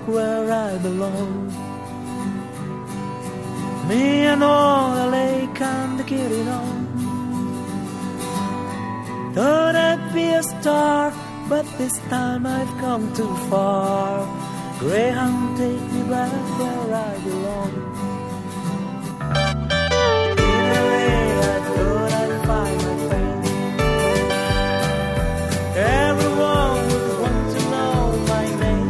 where I belong. Me and all the lake and the getting on. Thought I'd be a star, but this time I've come too far. Greyhound, take me back where I belong. In a way I thought I'd find my friend. Everyone would want to know my name.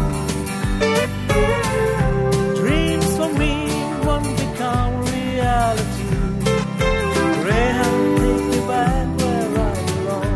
Dreams for me won't become reality. Greyhound, take me back where I belong.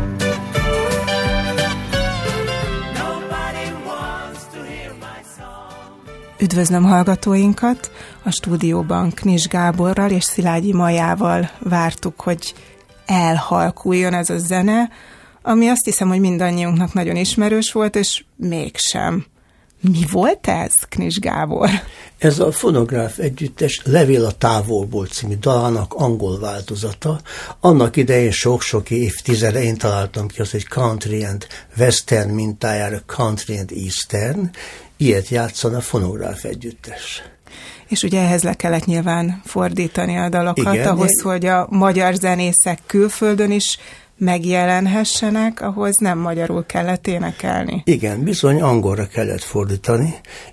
Nobody wants to hear my song. Üdvözlöm hallgatóinkat! A stúdióban Knis Gáborral és Szilágyi Majával vártuk, hogy elhalkuljon ez a zene, ami azt hiszem, hogy mindannyiunknak nagyon ismerős volt, és mégsem. Mi volt ez, Knis Gábor? Ez a fonográf együttes Levél a távolból című dalának angol változata. Annak idején sok-sok évtizede én találtam ki az, hogy country and western mintájára country and eastern. Ilyet játszana a fonográf együttes. És ugye ehhez le kellett nyilván fordítani a dalokat, igen, ahhoz, hogy a magyar zenészek külföldön is megjelenhessenek, ahhoz nem magyarul kellett énekelni. Igen, bizony angolra kellett fordítani,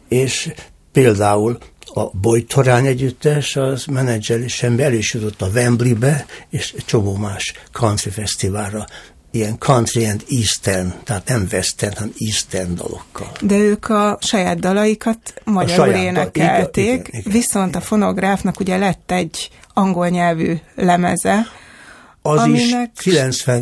és például a Bojtorány együttes, az menedzselésembe el is jutott a Wembleybe, és egy csomó más country fesztiválra, ilyen country and eastern, tehát nem western, hanem eastern dalokkal. De ők a saját dalaikat magyarul énekelték, igen, igen. A fonográfnak ugye lett egy angol nyelvű lemeze, az aminek... is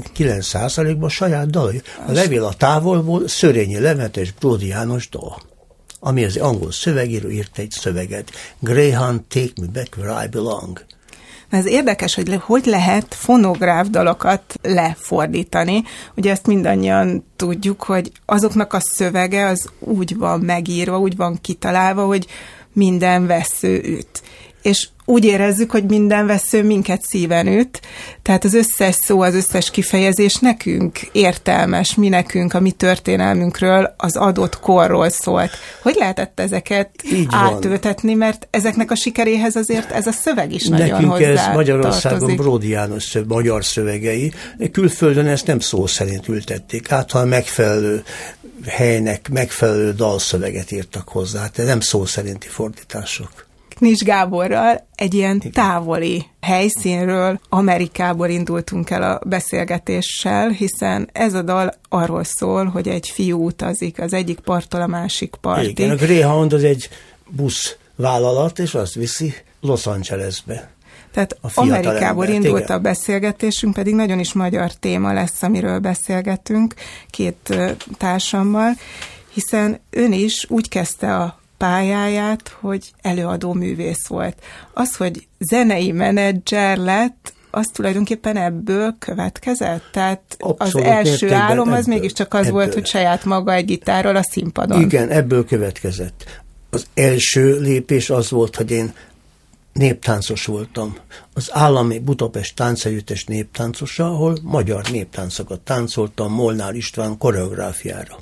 99%-ban saját dalai. A Levél a távolból Szörényi Levente és Bródi János dal, ami az angol szövegíró írt egy szöveget. Greyhound, take me back where I belong. Ez érdekes, hogy lehet fonográf dalokat lefordítani. Ugye ezt mindannyian tudjuk, hogy azoknak a szövege az úgy van megírva, úgy van kitalálva, hogy minden vessző üt. És úgy érezzük, hogy minden vessző minket szíven üt, tehát az összes szó, az összes kifejezés nekünk értelmes, mi nekünk, a mi történelmünkről, az adott korról szólt. Hogy lehetett ezeket átültetni, mert ezeknek a sikeréhez azért ez a szöveg is nagyon nekünk hozzá ez Magyarországon tartozik. Bródi János magyar szövegei, külföldön ezt nem szó szerint ültették át, hanem megfelelő helynek megfelelő dalszöveget írtak hozzá, tehát nem szó szerinti fordítások. Knis Gáborral egy ilyen távoli helyszínről, Amerikából indultunk el a beszélgetéssel, hiszen ez a dal arról szól, hogy egy fiú utazik az egyik parttól a másik partig. Igen, a Greyhound az egy buszvállalat, és azt viszi Los Angelesbe. Tehát Amerikából indult a beszélgetésünk, pedig nagyon is magyar téma lesz, amiről beszélgetünk két társammal, hiszen ön is úgy kezdte a pályáját, hogy előadó művész volt. Az, hogy zenei menedzser lett, az tulajdonképpen ebből következett? Tehát abszolút, az első álom az mégiscsak az volt, hogy saját maga egy gitárral a színpadon. Igen, ebből következett. Az első lépés az volt, hogy én néptáncos voltam. Az állami Budapest táncegyüttes néptáncosa, ahol magyar néptáncokat táncoltam Molnár István koreográfiára.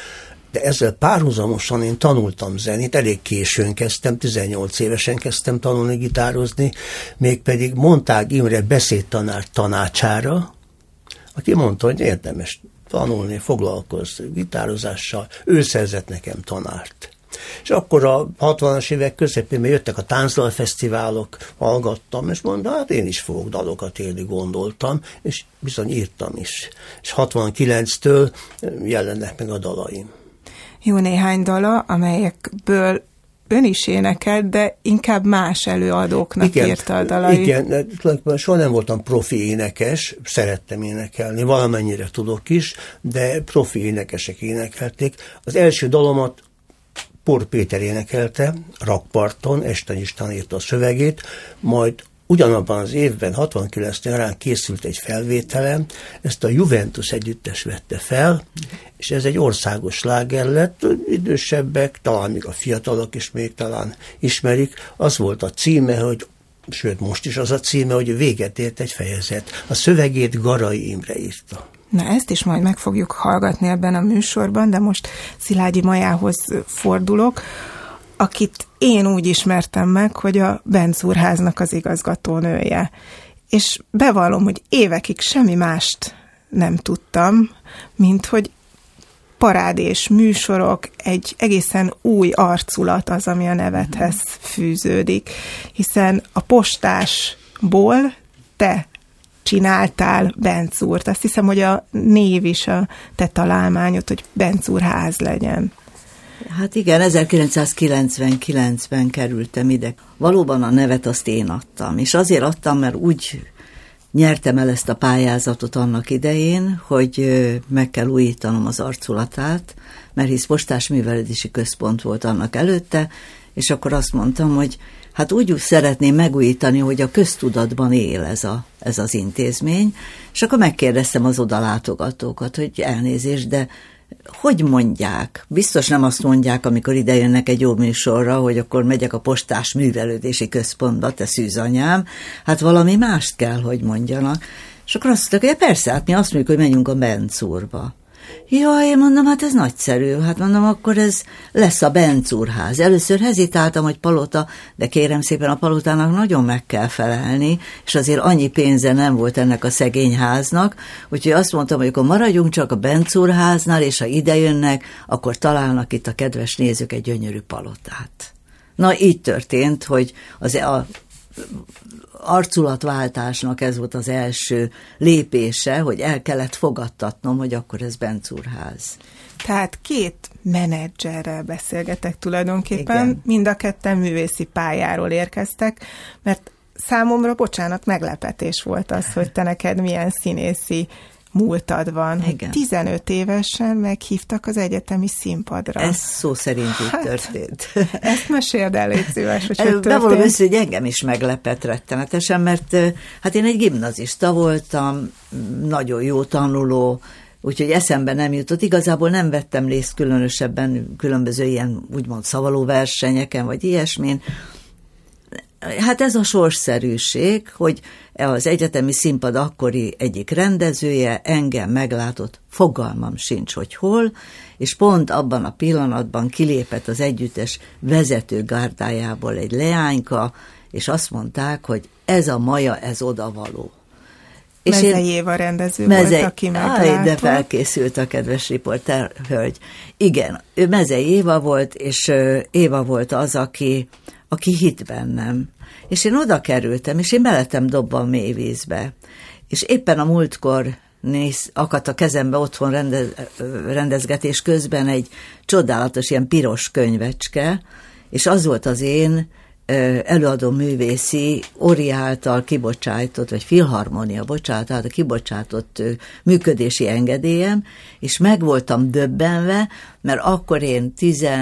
De ezzel párhuzamosan én tanultam zenét, elég későn kezdtem, 18 évesen kezdtem tanulni gitározni, mégpedig Montág Imre beszédtanár tanácsára, aki mondta, hogy érdemes tanulni, foglalkozni gitározással, ő szerzett nekem tanárt. És akkor a 60-as évek közepén jöttek a táncdalfesztiválok, hallgattam, és mondtam, hát én is fogok dalokat írni, gondoltam, és bizony írtam is. És 69-től jelennek meg a dalaim. Jó néhány dala, amelyekből ön is énekelt, de inkább más előadóknak írta a dalait. Igen, soha nem voltam profi énekes, szerettem énekelni, valamennyire tudok is, de profi énekesek énekelték. Az első dalomat Por Péter énekelte, Rakparton, Esteny István írta a szövegét, majd ugyanabban az évben, 69 nyarán készült egy felvételem, ezt a Juventus együttes vette fel, és ez egy országos sláger lett, idősebbek, talán még a fiatalok is még talán ismerik. Az volt a címe, hogy, sőt most is az a címe, hogy véget ért egy fejezet. A szövegét Garai Imre írta. Na, ezt is majd meg fogjuk hallgatni ebben a műsorban, de most Szilágyi Majához fordulok, akit én úgy ismertem meg, hogy a Bencúrháznak az igazgatónője. És bevallom, hogy évekig semmi mást nem tudtam, mint hogy parádés műsorok, egy egészen új arculat az, ami a nevedhez fűződik, hiszen a postásból te csináltál Bencúrt. Azt hiszem, hogy a név is a te találmányod, hogy Bencúrház legyen. Hát igen, 1999-ben kerültem ide. Valóban a nevet azt én adtam, és azért adtam, mert úgy nyertem el ezt a pályázatot annak idején, hogy meg kell újítanom az arculatát, mert hisz Postás Művelődési Központ volt annak előtte, és akkor azt mondtam, hogy hát úgy szeretném megújítani, hogy a köztudatban él ez az intézmény, és akkor megkérdeztem az odalátogatókat, hogy elnézést, de hogy mondják? Biztos nem azt mondják, amikor ide jönnek egy jó műsorra, hogy akkor megyek a Postás Művelődési Központba, te szűzanyám, hát valami mást kell, hogy mondjanak. És akkor azt mondták, hogy persze, hát mi azt mondjuk, hogy menjünk a Bencúrba. Jaj, én mondom, hát ez nagyszerű, hát mondom, akkor ez lesz a Bencúrház. Először hezitáltam, hogy palota, de kérem szépen, a palotának nagyon meg kell felelni, és azért annyi pénze nem volt ennek a szegény háznak, úgyhogy azt mondtam, hogy akkor maradjunk csak a Bencúrháznál, és ha ide jönnek, akkor találnak itt a kedves nézők egy gyönyörű palotát. Na, így történt, hogy a arculatváltásnak ez volt az első lépése, hogy el kellett fogadtatnom, hogy akkor ez Bencúrház. Tehát két menedzserrel beszélgetek tulajdonképpen, igen. Mind a ketten művészi pályáról érkeztek, mert számomra, bocsánat, meglepetés volt az, hogy te neked milyen színészi múltad van. Igen. 15 évesen meghívtak az egyetemi színpadra. Ez szó szerint így történt. Ezt meséld el, légy szíves, hogy történt. Bevallom össze, hogy engem is meglepett rettenetesen, mert hát én egy gimnazista voltam, nagyon jó tanuló, úgyhogy eszembe nem jutott. Igazából nem vettem részt különösebben különböző ilyen úgymond szavalóversenyeken, vagy ilyesmin. Hát ez a sorsszerűség, hogy az egyetemi színpad akkori egyik rendezője engem meglátott, fogalmam sincs, hogy hol, és pont abban a pillanatban kilépett az együttes vezetőgárdájából egy leányka, és azt mondták, hogy ez a Maja, ez odavaló. Mezei Éva rendező volt, aki meglátott. De felkészült a kedves riporterhölgy. Igen, ő Mezei Éva volt, és Éva volt az, aki hitt bennem. És én oda kerültem, és én beletem dobva a mély vízbe. És éppen a múltkor akadt a kezembe otthon rendezgetés közben egy csodálatos ilyen piros könyvecske, és az volt az én előadó művészi Ori által kibocsátott, vagy Filharmonia, által kibocsátott működési engedélyem, és meg voltam döbbenve, mert akkor én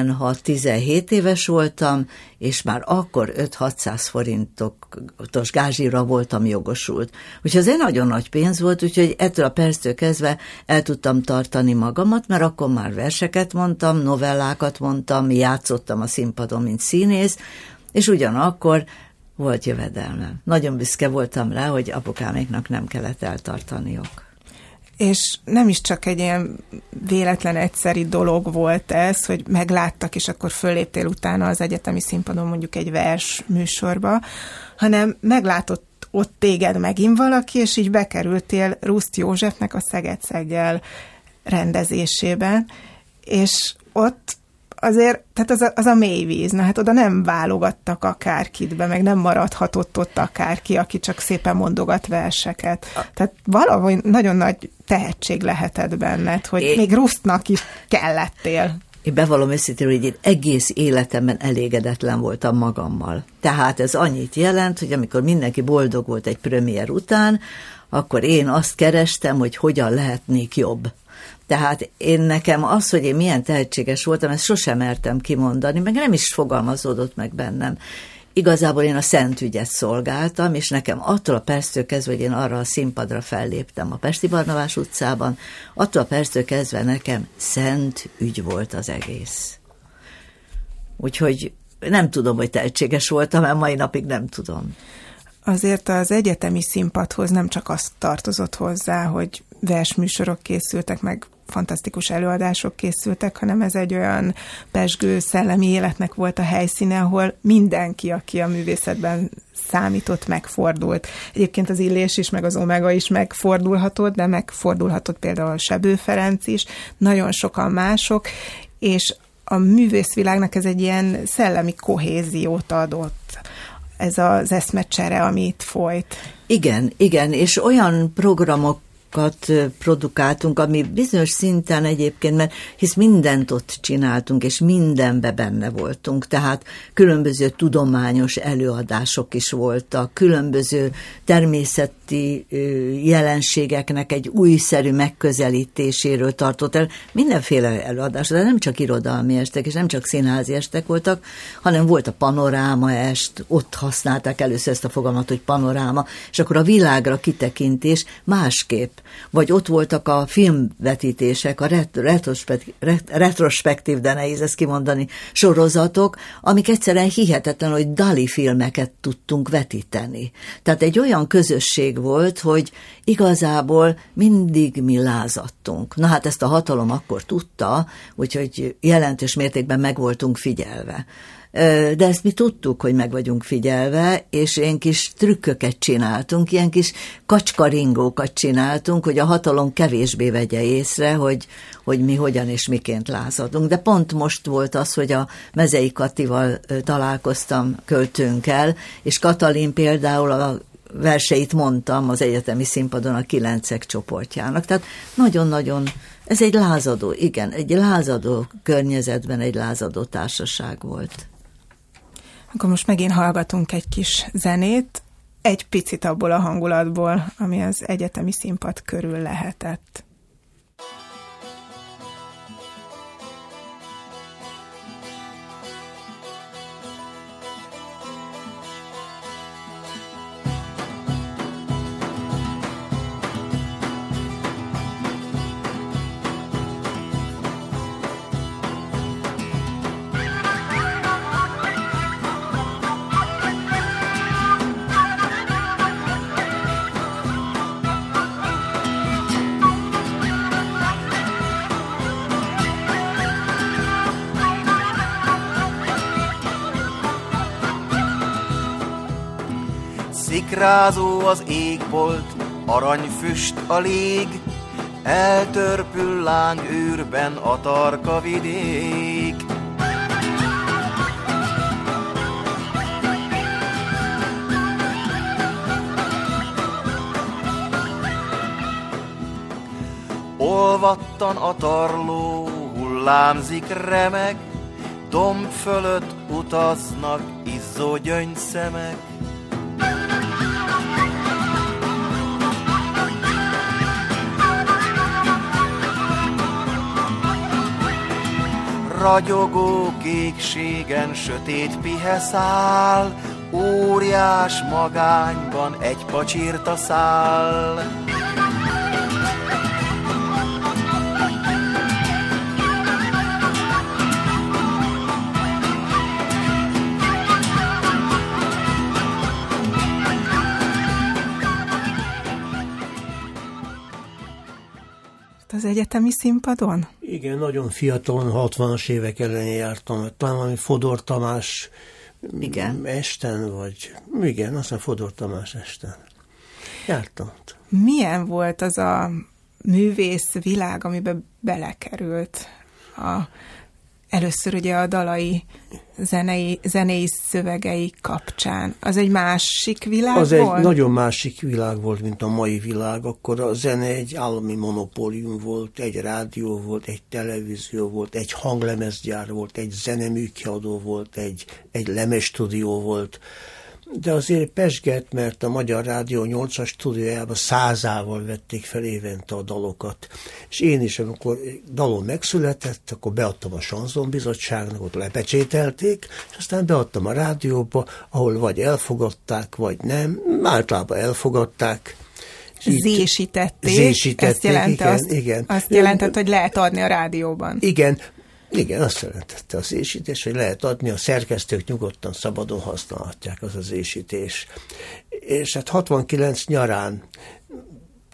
16-17 éves voltam, és már akkor 5-600 forintos gázsira voltam jogosult. Úgyhogy ez egy nagyon nagy pénz volt, úgyhogy ettől a perctől kezdve el tudtam tartani magamat, mert akkor már verseket mondtam, novellákat mondtam, játszottam a színpadon, mint színész, és ugyanakkor volt jövedelmem. Nagyon büszke voltam rá, hogy apukáméknak nem kellett eltartaniuk. És nem is csak egy ilyen véletlen egyszeri dolog volt ez, hogy megláttak, és akkor fölléptél utána az egyetemi színpadon mondjuk egy vers műsorba, hanem meglátott ott téged megint valaki, és így bekerültél Ruszt Józsefnek a Szeged-Szeggel rendezésében, és ott azért, tehát az a mély víz, na hát oda nem válogattak akárkit be, meg nem maradhatott ott akárki, aki csak szépen mondogat verseket. Tehát valahogy nagyon nagy tehetség lehetett benned, hogy még Rusztnak is kellettél. Én bevallom őszintén, hogy én egész életemben elégedetlen voltam magammal. Tehát ez annyit jelent, hogy amikor mindenki boldog volt egy premier után, akkor én azt kerestem, hogy hogyan lehetnék jobb. Tehát nekem az, hogy én milyen tehetséges voltam, ezt sosem mertem kimondani, meg nem is fogalmazódott meg bennem. Igazából én a szent ügyet szolgáltam, és nekem attól a perctől kezdve, hogy én arra a színpadra felléptem a Pesti Barnabás utcában, attól a perctől kezdve nekem szent ügy volt az egész. Úgyhogy nem tudom, hogy tehetséges voltam, mert mai napig nem tudom. Azért az egyetemi színpadhoz nem csak azt tartozott hozzá, hogy versműsorok készültek, meg fantasztikus előadások készültek, hanem ez egy olyan pezsgő szellemi életnek volt a helyszíne, ahol mindenki, aki a művészetben számított, megfordult. Egyébként az Illés is, meg az Omega is megfordulhatott, de megfordulhatott például Sebő Ferenc is, nagyon sokan mások, és a művészvilágnak ez egy ilyen szellemi kohéziót adott, ez az eszmecsere, ami itt folyt. Igen, és olyan programokat produkáltunk, ami bizonyos szinten egyébként, mert hisz mindent ott csináltunk, és mindenbe benne voltunk, tehát különböző tudományos előadások is voltak, különböző természeti jelenségeknek egy újszerű megközelítéséről tartott el, mindenféle előadás, de nem csak irodalmi estek, és nem csak színházi estek voltak, hanem volt a panoráma est, ott használták először ezt a fogalmat, hogy panoráma, és akkor a világra kitekintés másképp. Vagy ott voltak a filmvetítések, a retrospektív, de nehéz ezt kimondani, sorozatok, amik egyszerűen hihetetlen, hogy Dali filmeket tudtunk vetíteni. Tehát egy olyan közösség volt, hogy igazából mindig mi lázadtunk. Na hát ezt a hatalom akkor tudta, úgyhogy jelentős mértékben meg voltunk figyelve. De ezt mi tudtuk, hogy meg vagyunk figyelve, és ilyen kis trükköket csináltunk, ilyen kis kacskaringókat csináltunk, hogy a hatalom kevésbé vegye észre, hogy mi hogyan és miként lázadunk. De pont most volt az, hogy a Mezei Katival találkoztam költőnkkel, és Katalin például a verseit mondtam az egyetemi színpadon a 9-ek csoportjának. Tehát nagyon-nagyon, ez egy lázadó, igen, egy lázadó környezetben egy lázadó társaság volt. Akkor most megint hallgatunk egy kis zenét, egy picit abból a hangulatból, ami az egyetemi színpad körül lehetett. Szikrázó az égbolt, aranyfüst a lég, eltörpül lángűrben a tarka vidék. Olvattan a tarló, hullámzik remeg, domb fölött utaznak izzó gyöngyszemek. Ragyogó kékségen sötét pihe száll, óriás magányban egy pacsirta száll. Az egyetemi színpadon? Igen, nagyon fiatalon, 60-as évek elején jártam. Talán valami Fodor Tamás esten, vagy igen, aztán Fodor Tamás esten. Jártam. Milyen volt az a művész világ, amiben belekerült? Először ugye a dalai zenei szövegei kapcsán. Az egy másik világ az volt? Egy nagyon másik világ volt, mint a mai világ. Akkor a zene egy állami monopólium volt, egy rádió volt, egy televízió volt, egy hanglemezgyár volt, egy zeneműkiadó volt, egy lemezstúdió volt. De azért pezsgett, mert a Magyar Rádió 8-as stúdiójában 100-ával vették fel évente a dalokat. És én is, amikor dalom megszületett, akkor beadtam a Sanzon Bizottságnak, ott lepecsételték, és aztán beadtam a rádióba, ahol vagy elfogadták, vagy nem. Általában elfogadták. Zésítették. Ezt jelenti, igen. Azt jelentett, hogy lehet adni a rádióban. Igen, azt jelentette az ésítés, hogy lehet adni, a szerkesztők nyugodtan, szabadon használhatják, az ésítés. És hát 69 nyarán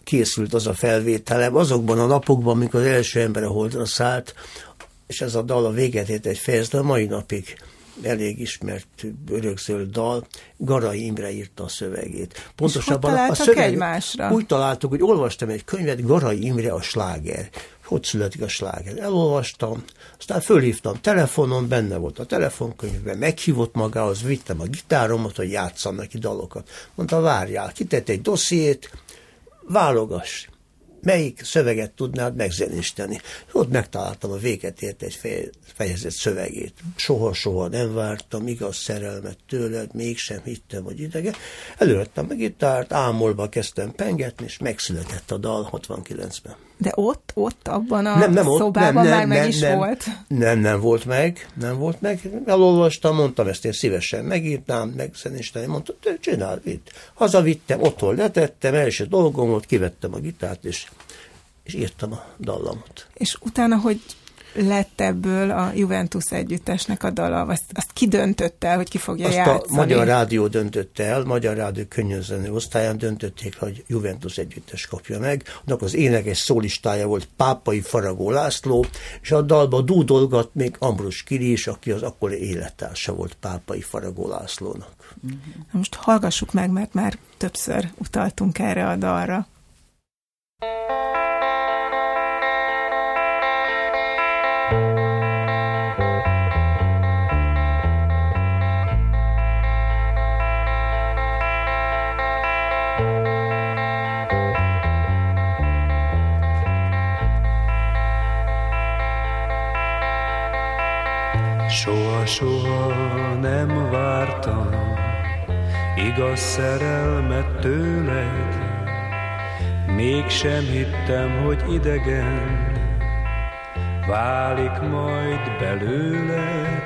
készült az a felvételem, azokban a napokban, amikor az első ember a holdra szállt, és ez a dal a véget ért egy fejezet, a mai napig elég ismert örökzöld dal, Garai Imre írta a szövegét. Pontosabban a szöveget úgy találtuk, hogy olvastam egy könyvet, Garai Imre a sláger. Hogy születik a sláger? Elolvastam, aztán fölhívtam telefonon, benne volt a telefonkönyvben, meghívott magához, vittem a gitáromat, hogy játsszam neki dalokat. Mondta, várjál, kitett egy dossziét, válogass, melyik szöveget tudnád megzenésíteni. Ott megtaláltam a véget ért egy fejezet szövegét. Soha-soha nem vártam igaz szerelmet tőled, mégsem hittem, hogy idegen. Elővettem a gitárt, ámolva kezdtem pengetni, és megszületett a dal 69-ben. De ott abban a szobában már meg is volt? Nem volt meg. Elolvastam, mondtam, ezt én szívesen megírnám, megzenésíteni. Mondta, csináld itt. Hazavittem, otthon letettem, első dolgom volt, kivettem a gitárt, és írtam a dallamot. És utána, hogy lett ebből a Juventus együttesnek a dala, azt ki döntött el, hogy ki fogja játszani? A Magyar Rádió döntötte el, Magyar Rádió könnyűzenő osztályán döntötték, hogy Juventus együttes kapja meg. Annak az énekes szólistája volt Pápai Faragó László, és a dalba dúdolgat még Ambrus Kiri is, aki az akkori élettársa volt Pápai Faragó Lászlónak. Na most hallgassuk meg, mert már többször utaltunk erre a dalra. Soha nem vártam igaz szerelmet tőled, mégsem hittem, hogy idegen válik majd belőled.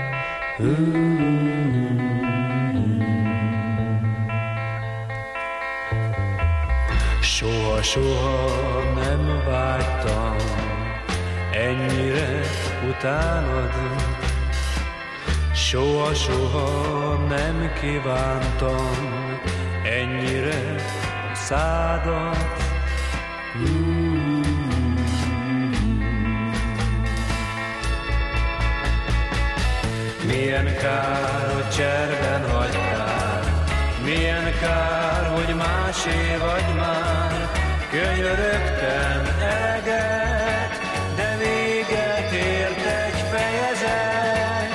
Soha nem vágytam ennyire utánad, soha nem kívántam ennyire szádat. Milyen kár, hogy cserben hagytál, milyen kár, hogy másé vagy már. Könyörögtem eleget, de véget ért egy fejezet.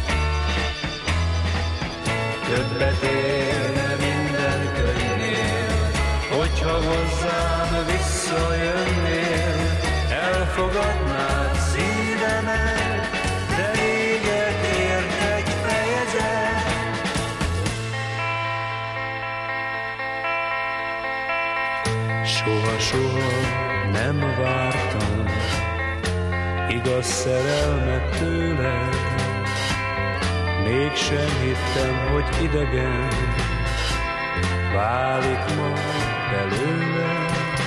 Többet érne minden könyvnél, hogyha hozzám visszajönnél, elfogadnád szívemet, de véget ért egy fejezet. Soha nem vártam igaz szerelmet tőled, mégsem hittem, hogy idegen válik majd belőle.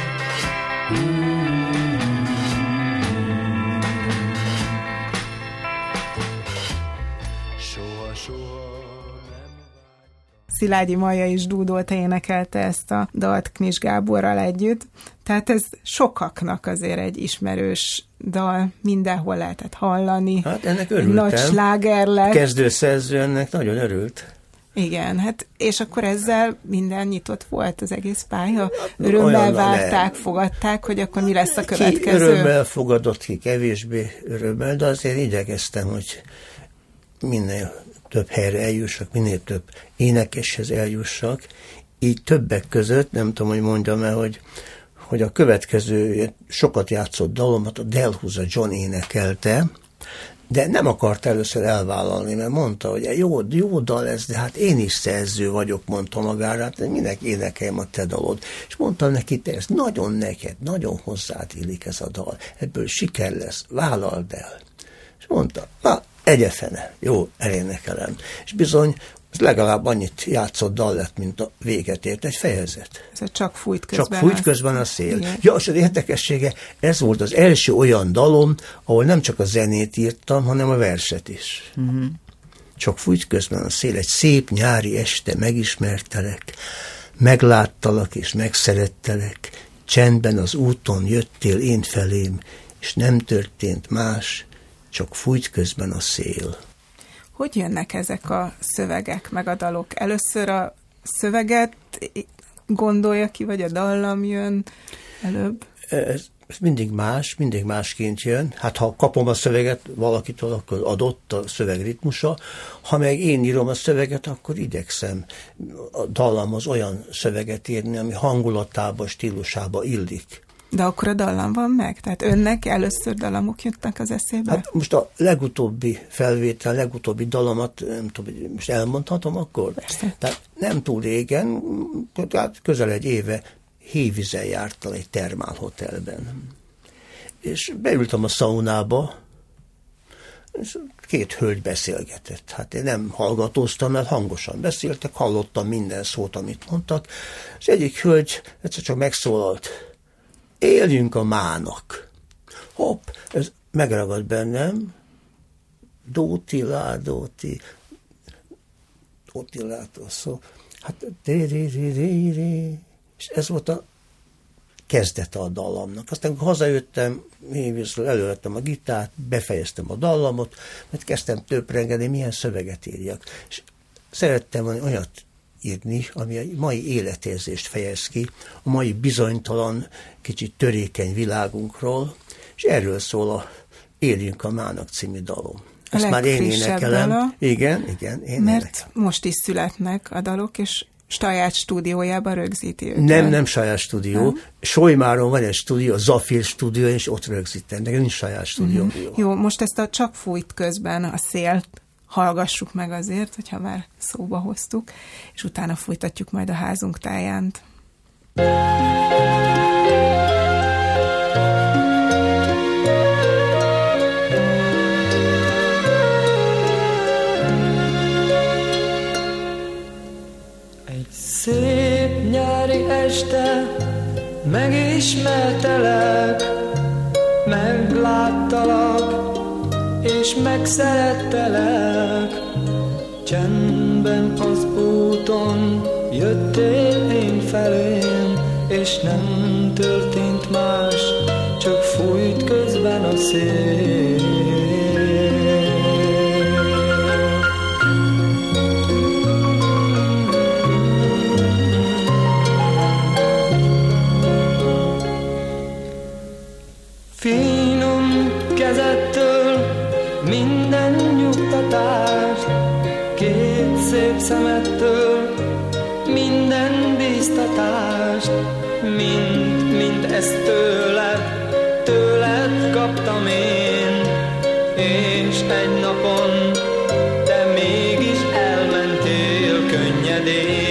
Soha nem. Szilágyi Maja is dúdolta, énekelte ezt a dalt Knis Gáborral együtt. Tehát ez sokaknak azért egy ismerős dal, mindenhol lehetett hallani. Hát ennek örültem. Nagy sláger lett. Kezdőszerző ennek nagyon örült. Igen, hát és akkor ezzel minden nyitott volt, az egész pálya. Örömmel várták, fogadták, hogy akkor mi lesz a következő. Ki örömmel fogadott, ki kevésbé örömmel, de azért igyekeztem, hogy minél több helyre eljussak, minél több énekeshez eljussak. Így többek között, nem tudom, hogy mondjam el, hogy a következő sokat játszott dalomat a Delhuza John énekelte, de nem akart először elvállalni, mert mondta, hogy jó dal ez, de hát én is szerző vagyok, mondta magára, hát minek énekeljem a te dalod. És mondtam neki, te ez nagyon neked, nagyon hozzád illik ez a dal, ebből siker lesz, vállald el. És mondta, egyefene, jó, elénekelem. És bizony, legalább annyit játszott dal lett, mint a véget ért egy fejezet. Ez csak fújt közben. Csak fújt közben a szél. Igen. Ja, és az érdekessége, ez volt az első olyan dalom, ahol nem csak a zenét írtam, hanem a verset is. Uh-huh. Csak fújt közben a szél, egy szép nyári este megismertelek, megláttalak és megszerettelek, Csendben az úton jöttél én felém, és nem történt más, csak fújt közben a szél. Hogy jönnek ezek a szövegek, meg a dalok? Először a szöveget gondolja ki, vagy a dallam jön előbb? Ez mindig másként jön. Hát ha kapom a szöveget valakitől, akkor adott a szöveg ritmusa. Ha meg én írom a szöveget, akkor igyekszem a dallamhoz olyan szöveget írni, ami hangulatába, stílusába illik. De akkor a dallam van meg? Tehát önnek először dallamok jöttek az eszébe? Hát most a legutóbbi felvétel, legutóbbi dalamat, nem tudom, most elmondhatom akkor? Persze. Tehát nem túl régen, tehát közel egy éve Hévízen jártam egy termálhotelben. És beültem a szaunába, és két hölgy beszélgetett. Hát én nem hallgatóztam, mert hangosan beszéltek, hallottam minden szót, amit mondtak, és egyik hölgy egyszer csak megszólalt: éljünk a mának. Hopp, ez megragad bennem. Dóti, szó. Hát, és ez volt a kezdete a dallamnak. Aztán hazajöttem, elővettem a gitárt, befejeztem a dallamot, mert kezdtem töprengeni, milyen szöveget írjak. És szerettem olyat írni, ami a mai életérzést fejez ki, a mai bizonytalan, kicsit törékeny világunkról, és erről szól a Éljünk a mának című dalom. Ezt már én énekelem. Dala, igen, én mert énekelem. Most is születnek a dalok, és saját stúdiójában rögzíti őket. Nem saját stúdió. Solymáron van egy stúdió, a Zafir stúdió, és ott rögzítem. De nincs saját stúdió. Jó, most ezt a Csak fújt közben a szélt hallgassuk meg azért, hogyha már szóba hoztuk, és utána folytatjuk majd a házunk tájánt. Szép nyári este, megismertelek, megláttalak, és megszerettelek. Csendben az úton jöttél én felém, és nem történt más, csak fújt közben a szél. Finom kezettől minden nyugtatást, két szép szemettől minden bíztatást, mind ezt tőled kaptam én, és egy napon te mégis elmentél könnyedén.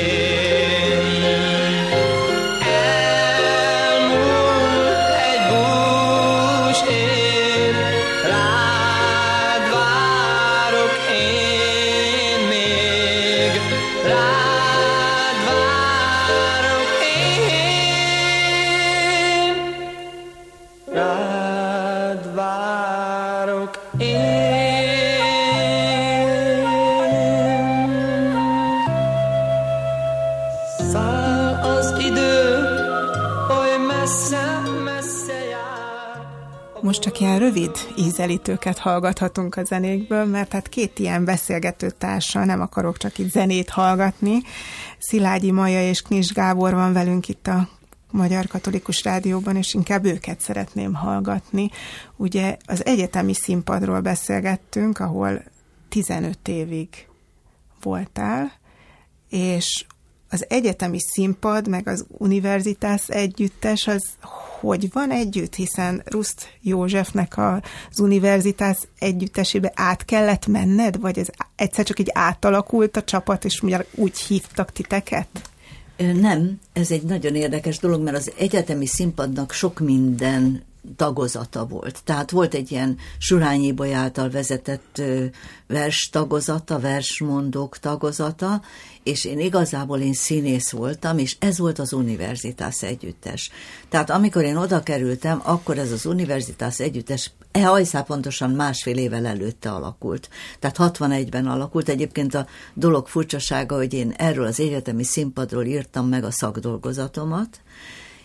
Most csak ilyen rövid ízelítőket hallgathatunk a zenékből, mert hát két ilyen beszélgető társal nem akarok csak itt zenét hallgatni. Szilágyi Maja és Knis Gábor van velünk itt a Magyar Katolikus Rádióban, és inkább őket szeretném hallgatni. Ugye az egyetemi színpadról beszélgettünk, ahol 15 évig voltál, és az egyetemi színpad, meg az Universitas együttes, az hogy van együtt? Hiszen Ruszt Józsefnek az Universitas együttesébe át kellett menned, vagy ez egyszer csak így átalakult a csapat, és úgy hívtak titeket? Nem, ez egy nagyon érdekes dolog, mert az egyetemi színpadnak sok minden tagozata volt. Tehát volt egy ilyen Surányi Iboly által vezetett vers tagozata, versmondók tagozata, és én színész voltam, és ez volt az Universitas együttes. Tehát amikor én oda kerültem, akkor ez az Universitas együttes hajszál pontosan másfél évvel előtte alakult. Tehát 61-ben alakult. Egyébként a dolog furcsasága, hogy én erről az egyetemi színpadról írtam meg a szakdolgozatomat,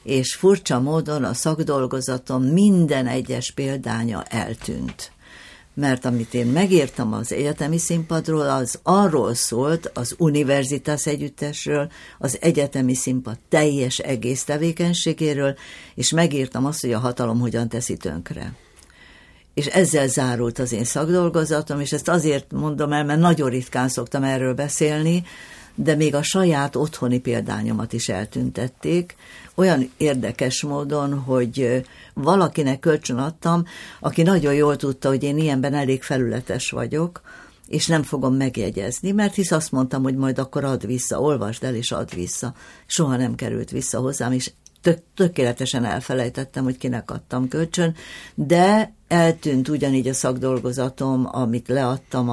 és furcsa módon a szakdolgozatom minden egyes példánya eltűnt. Mert amit én megírtam az egyetemi színpadról, az arról szólt, az Universitas együttesről, az egyetemi színpad teljes egész tevékenységéről, és megírtam azt, hogy a hatalom hogyan teszi tönkre. És ezzel zárult az én szakdolgozatom, és ezt azért mondom el, mert nagyon ritkán szoktam erről beszélni, de még a saját otthoni példányomat is eltüntették, olyan érdekes módon, hogy valakinek kölcsön adtam, aki nagyon jól tudta, hogy én ilyenben elég felületes vagyok, és nem fogom megjegyezni, mert hisz azt mondtam, hogy majd akkor add vissza, olvasd el és add vissza. Soha nem került vissza hozzám, és tökéletesen elfelejtettem, hogy kinek adtam kölcsön, de eltűnt ugyanígy a szakdolgozatom, amit leadtam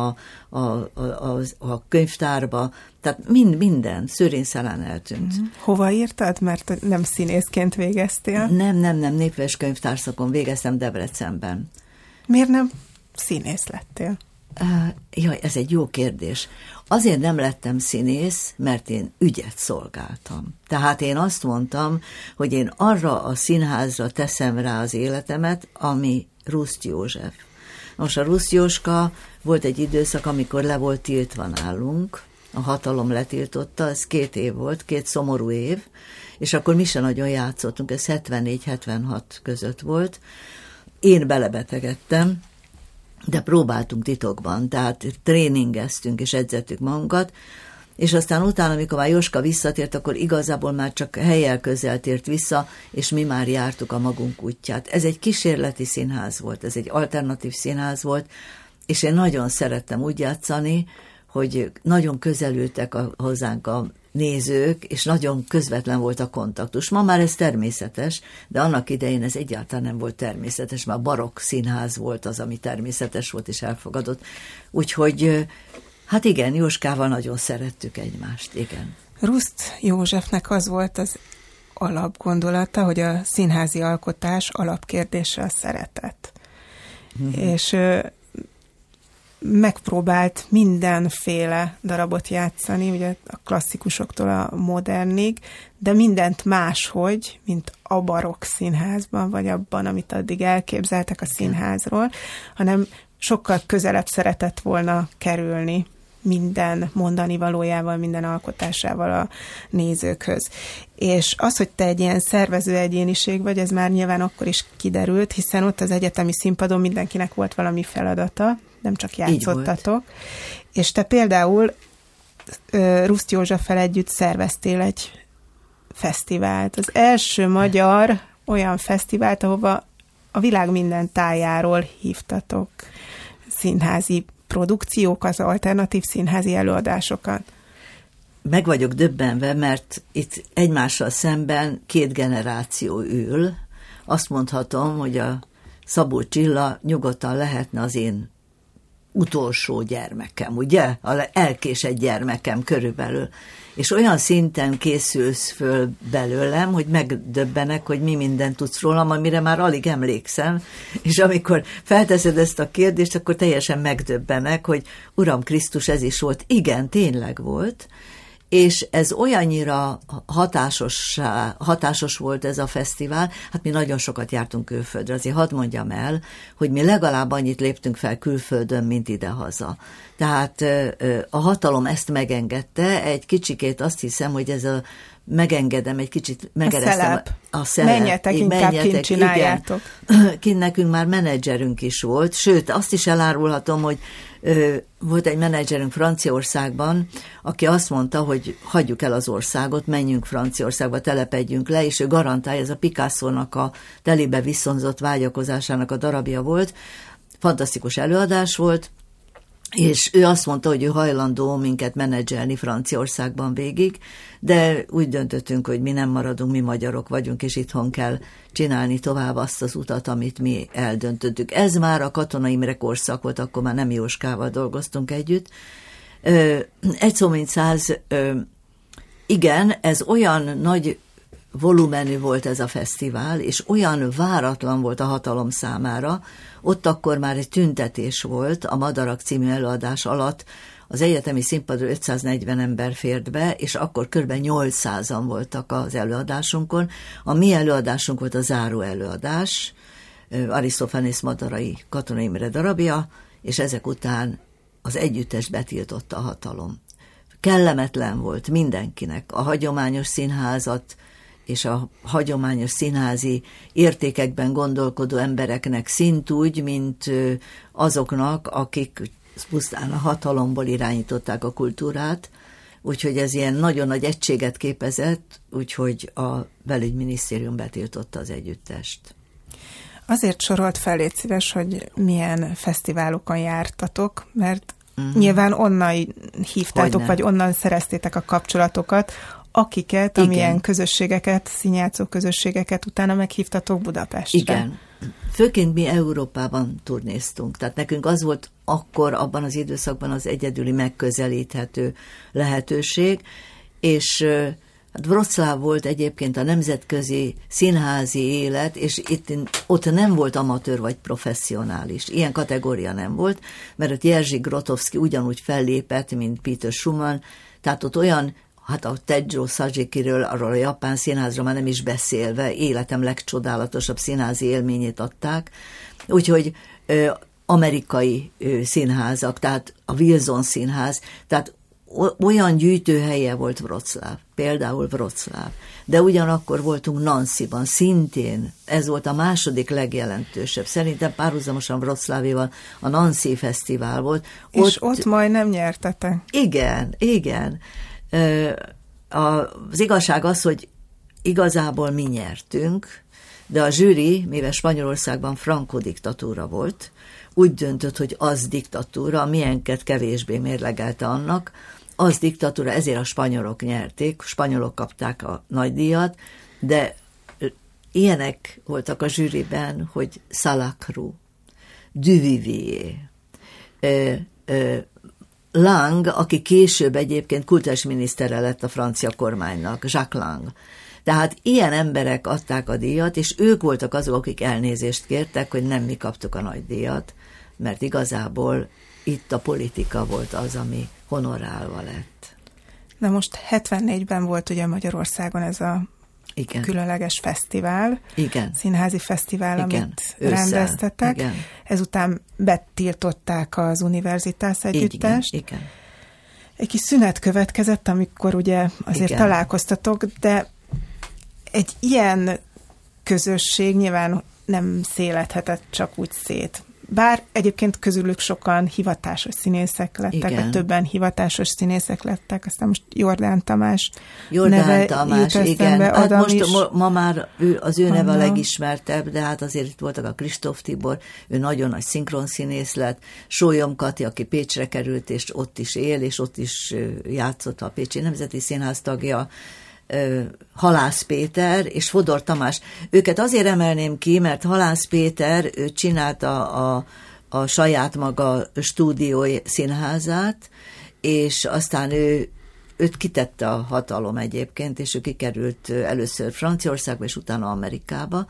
a könyvtárba, tehát minden, szőrén-szalán eltűnt. Hova írtad? Mert nem színészként végeztél? Nem, népves könyvtárszakon végeztem Debrecenben. Miért nem színész lettél? Jaj, ez egy jó kérdés. Azért nem lettem színész, mert én ügyet szolgáltam. Tehát én azt mondtam, hogy én arra a színházra teszem rá az életemet, ami Ruszt József. Most a Ruszt Jóska volt egy időszak, amikor le volt tiltva nálunk, a hatalom letiltotta, ez 2 év volt, 2 szomorú év, és akkor mi sem nagyon játszottunk, ez 74-76 között volt. Én belebetegedtem, de próbáltunk titokban, tehát tréningeztünk és edzettük magunkat, és aztán utána, amikor már Jóska visszatért, akkor igazából már csak helyjel közel tért vissza, és mi már jártuk a magunk útját. Ez egy kísérleti színház volt, ez egy alternatív színház volt, és én nagyon szerettem úgy játszani, hogy nagyon közelültek hozzánk a nézők, és nagyon közvetlen volt a kontaktus. Ma már ez természetes, de annak idején ez egyáltalán nem volt természetes, már barokk színház volt az, ami természetes volt és elfogadott. Úgyhogy, hát igen, Jóskával nagyon szerettük egymást, igen. Ruszt Józsefnek az volt az alapgondolata, hogy a színházi alkotás alapkérdése a szeretet. És megpróbált mindenféle darabot játszani, ugye a klasszikusoktól a modernig, de mindent máshogy, mint a barokk színházban, vagy abban, amit addig elképzeltek a színházról, hanem sokkal közelebb szeretett volna kerülni minden mondani valójával, minden alkotásával a nézőkhöz. És az, hogy te egy ilyen szervező egyéniség vagy, ez már nyilván akkor is kiderült, hiszen ott az egyetemi színpadon mindenkinek volt valami feladata, nem csak játszottatok. És te például Ruszt Józseffel együtt szerveztél egy fesztivált. Az első magyar olyan fesztivált, ahova a világ minden tájáról hívtatok színházi produkciók, alternatív színházi előadásokat. Meg vagyok döbbenve, mert itt egymással szemben 2 generáció ül. Azt mondhatom, hogy a Szabó Csilla nyugodtan lehetne az én utolsó gyermekem, ugye? Elkésett gyermekem körülbelül. És olyan szinten készülsz föl belőlem, hogy megdöbbenek, hogy mi mindent tudsz rólam, amire már alig emlékszem, és amikor felteszed ezt a kérdést, akkor teljesen megdöbbenek, hogy Uram Krisztus, ez is volt. Igen, tényleg volt, és ez olyannyira hatásos volt ez a fesztivál, hát mi nagyon sokat jártunk külföldre, azért hadd mondjam el, hogy mi legalább annyit léptünk fel külföldön, mint idehaza. Tehát a hatalom ezt megengedte, egy kicsikét azt hiszem, hogy ez a megengedem, egy kicsit megeresztem. A szelep. Menjetek, inkább kint csináljátok. Kint nekünk már menedzserünk is volt, sőt, azt is elárulhatom, hogy volt egy menedzserünk Franciaországban, aki azt mondta, hogy hagyjuk el az országot, menjünk Franciaországba, telepedjünk le, és ő garantálja, ez a Picasso-nak a telébe viszonzott vágyakozásának a darabja volt, fantasztikus előadás volt, és ő azt mondta, hogy ő hajlandó minket menedzselni Franciaországban végig, de úgy döntöttünk, hogy mi nem maradunk, mi magyarok vagyunk, és itthon kell csinálni tovább azt az utat, amit mi eldöntöttük. Ez már a Katona Imre korszak volt, akkor már nem Jóskával dolgoztunk együtt. Egy szó mint 100, igen, ez olyan nagy volumenű volt ez a fesztivál, és olyan váratlan volt a hatalom számára, ott akkor már egy tüntetés volt a Madarak című előadás alatt, az egyetemi színpadra 540 ember fért be, és akkor kb. 800-an voltak az előadásunkon. A mi előadásunk volt a záró előadás, Arisztofanész Madarai Katona Imre darabja, és ezek után az együttest betiltotta a hatalom. Kellemetlen volt mindenkinek a hagyományos színházat és a hagyományos színházi értékekben gondolkodó embereknek szintúgy, mint azoknak, akik pusztán a hatalomból irányították a kultúrát, úgyhogy ez ilyen nagyon nagy egységet képezett, úgyhogy a belügyminisztérium betiltotta az együttest. Azért sorolt fel, légy szíves, hogy milyen fesztiválokon jártatok, mert nyilván onnan hívtátok, vagy onnan szereztétek a kapcsolatokat, akiket, amilyen közösségeket, színjátszó közösségeket utána meghívtatok Budapestre. Igen. Főként mi Európában turnéztunk. Tehát nekünk az volt akkor, abban az időszakban az egyedüli megközelíthető lehetőség, és hát Wroclaw volt egyébként a nemzetközi színházi élet, és ott nem volt amatőr vagy professzionális. Ilyen kategória nem volt, mert ott Jerzy Grotowski ugyanúgy fellépett, mint Peter Schumann, tehát ott olyan, hát a Tejo Sajikiről, arról a japán színházról már nem is beszélve, életem legcsodálatosabb színházi élményét adták, úgyhogy amerikai színházak, tehát a Wilson színház, tehát olyan gyűjtőhelye volt Wroclaw, például Wroclaw. De ugyanakkor voltunk Nancyban, szintén ez volt a második legjelentősebb. Szerintem párhuzamosan Wroclawival a Nancy Fesztivál volt. És ott majdnem nyertetek. Igen. Az igazság az, hogy igazából mi nyertünk, de a zsűri, mivel Spanyolországban Franco diktatúra volt, úgy döntött, hogy az diktatúra, milyenket kevésbé mérlegelte annak, az diktatúra, ezért a spanyolok nyerték, spanyolok kapták a nagydíjat, de ilyenek voltak a zsűriben, hogy Salacrou, Duvivier, Lang, aki később egyébként kulturális minisztere lett a francia kormánynak, Jacques Lang. Tehát ilyen emberek adták a díjat, és ők voltak azok, akik elnézést kértek, hogy nem mi kaptuk a nagydíjat, mert igazából itt a politika volt az, ami honorálva lett. Na most 74-ben volt ugye Magyarországon ez a különleges fesztivál, színházi fesztivál, amit rendeztetek. Igen. Ezután betiltották az Universitas együttest. Igen. Egy kis szünet következett, amikor ugye azért találkoztatok, de egy ilyen közösség nyilván nem széledhetett csak úgy szét. Bár egyébként közülük sokan hivatásos színészek lettek, vagy többen hivatásos színészek lettek, aztán most Jordán Tamás igen. Hát most ma már az ő neve a legismertebb, de hát azért itt voltak a Kristóf Tibor, ő nagyon nagy szinkronszínész lett, Sólyom Kati, aki Pécsre került, és ott is él, és ott is játszott a Pécsi Nemzeti Színház tagja, Halász Péter és Fodor Tamás. Őket azért emelném ki, mert Halász Péter, ő csinálta a saját maga stúdió színházát, és aztán őt kitette a hatalom egyébként, és ő kikerült először Franciaországba, és utána Amerikába.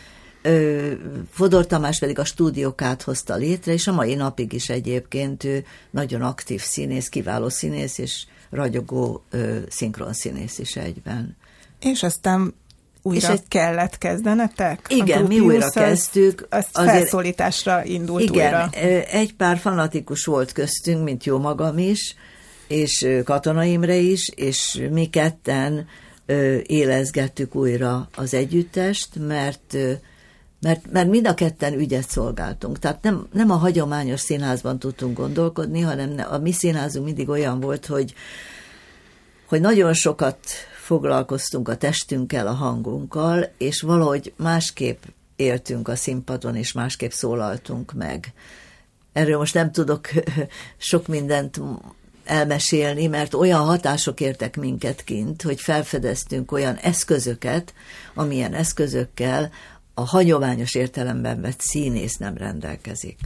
Fodor Tamás pedig a stúdiókát hozta létre, és a mai napig is egyébként ő nagyon aktív színész, kiváló színész, és ragyogó szinkronszínész is egyben. És aztán újra kellett kezdenetek? Igen, mi újra kezdtük. Azt felszólításra indult újra. Igen, egy pár fanatikus volt köztünk, mint jó magam is, és Katona Imre is, és mi ketten élezgettük újra az együttest, mert mind a ketten ügyet szolgáltunk. Tehát nem a hagyományos színházban tudtunk gondolkodni, hanem a mi színházunk mindig olyan volt, hogy nagyon sokat foglalkoztunk a testünkkel, a hangunkkal, és valahogy másképp éltünk a színpadon, és másképp szólaltunk meg. Erről most nem tudok sok mindent elmesélni, mert olyan hatások értek minket kint, hogy felfedeztünk olyan eszközöket, amilyen eszközökkel a hagyományos értelemben vett színész nem rendelkezik.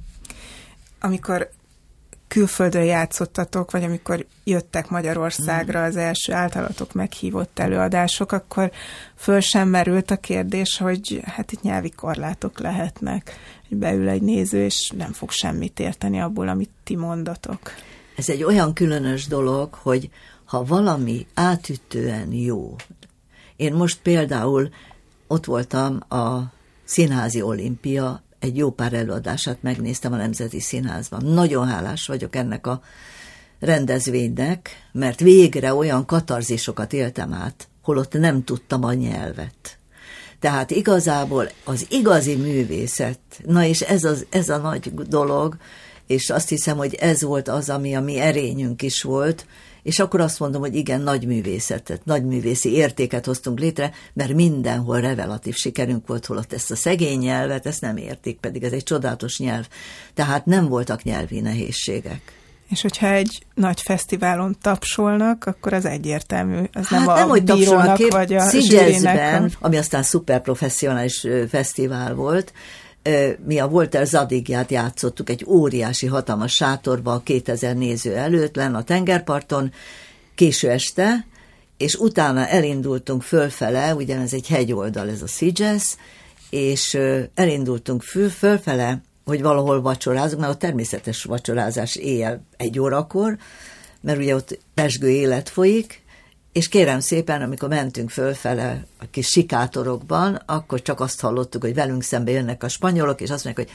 Amikor külföldön játszottatok, vagy amikor jöttek Magyarországra az első általatok meghívott előadások, akkor föl sem merült a kérdés, hogy hát itt nyelvi korlátok lehetnek, hogy beül egy néző, és nem fog semmit érteni abból, amit ti mondatok. Ez egy olyan különös dolog, hogy ha valami átütően jó. Én most például ott voltam a Színházi Olimpia, egy jó pár előadását megnéztem a Nemzeti Színházban. Nagyon hálás vagyok ennek a rendezvénynek, mert végre olyan katarzisokat éltem át, holott nem tudtam a nyelvet. Tehát igazából az igazi művészet, na és ez a nagy dolog, és azt hiszem, hogy ez volt az, ami a mi erényünk is volt, és akkor azt mondom, hogy igen, nagy művészetet, nagy művészi értéket hoztunk létre, mert mindenhol revelatív sikerünk volt, holott ezt a szegény nyelvet, ezt nem értik, pedig ez egy csodálatos nyelv. Tehát nem voltak nyelvi nehézségek. És hogyha egy nagy fesztiválon tapsolnak, akkor az egyértelmű. Az hát nem a bírónak, vagy a zsűrinek. Ami aztán szuperprofesszionális fesztivál volt, mi a Walter Zadigját játszottuk egy óriási, hatalmas sátorba 2000 néző előtt, lenn a tengerparton, késő este, és utána elindultunk fölfele, ugyanez egy hegyoldal, ez a Sitges, és elindultunk fölfele, hogy valahol vacsorázunk, mert a természetes vacsorázás éjjel 1 órakor, mert ugye ott pezsgő élet folyik, és kérem szépen, amikor mentünk fölfele a kis sikátorokban, akkor csak azt hallottuk, hogy velünk szembe jönnek a spanyolok, és azt mondják, hogy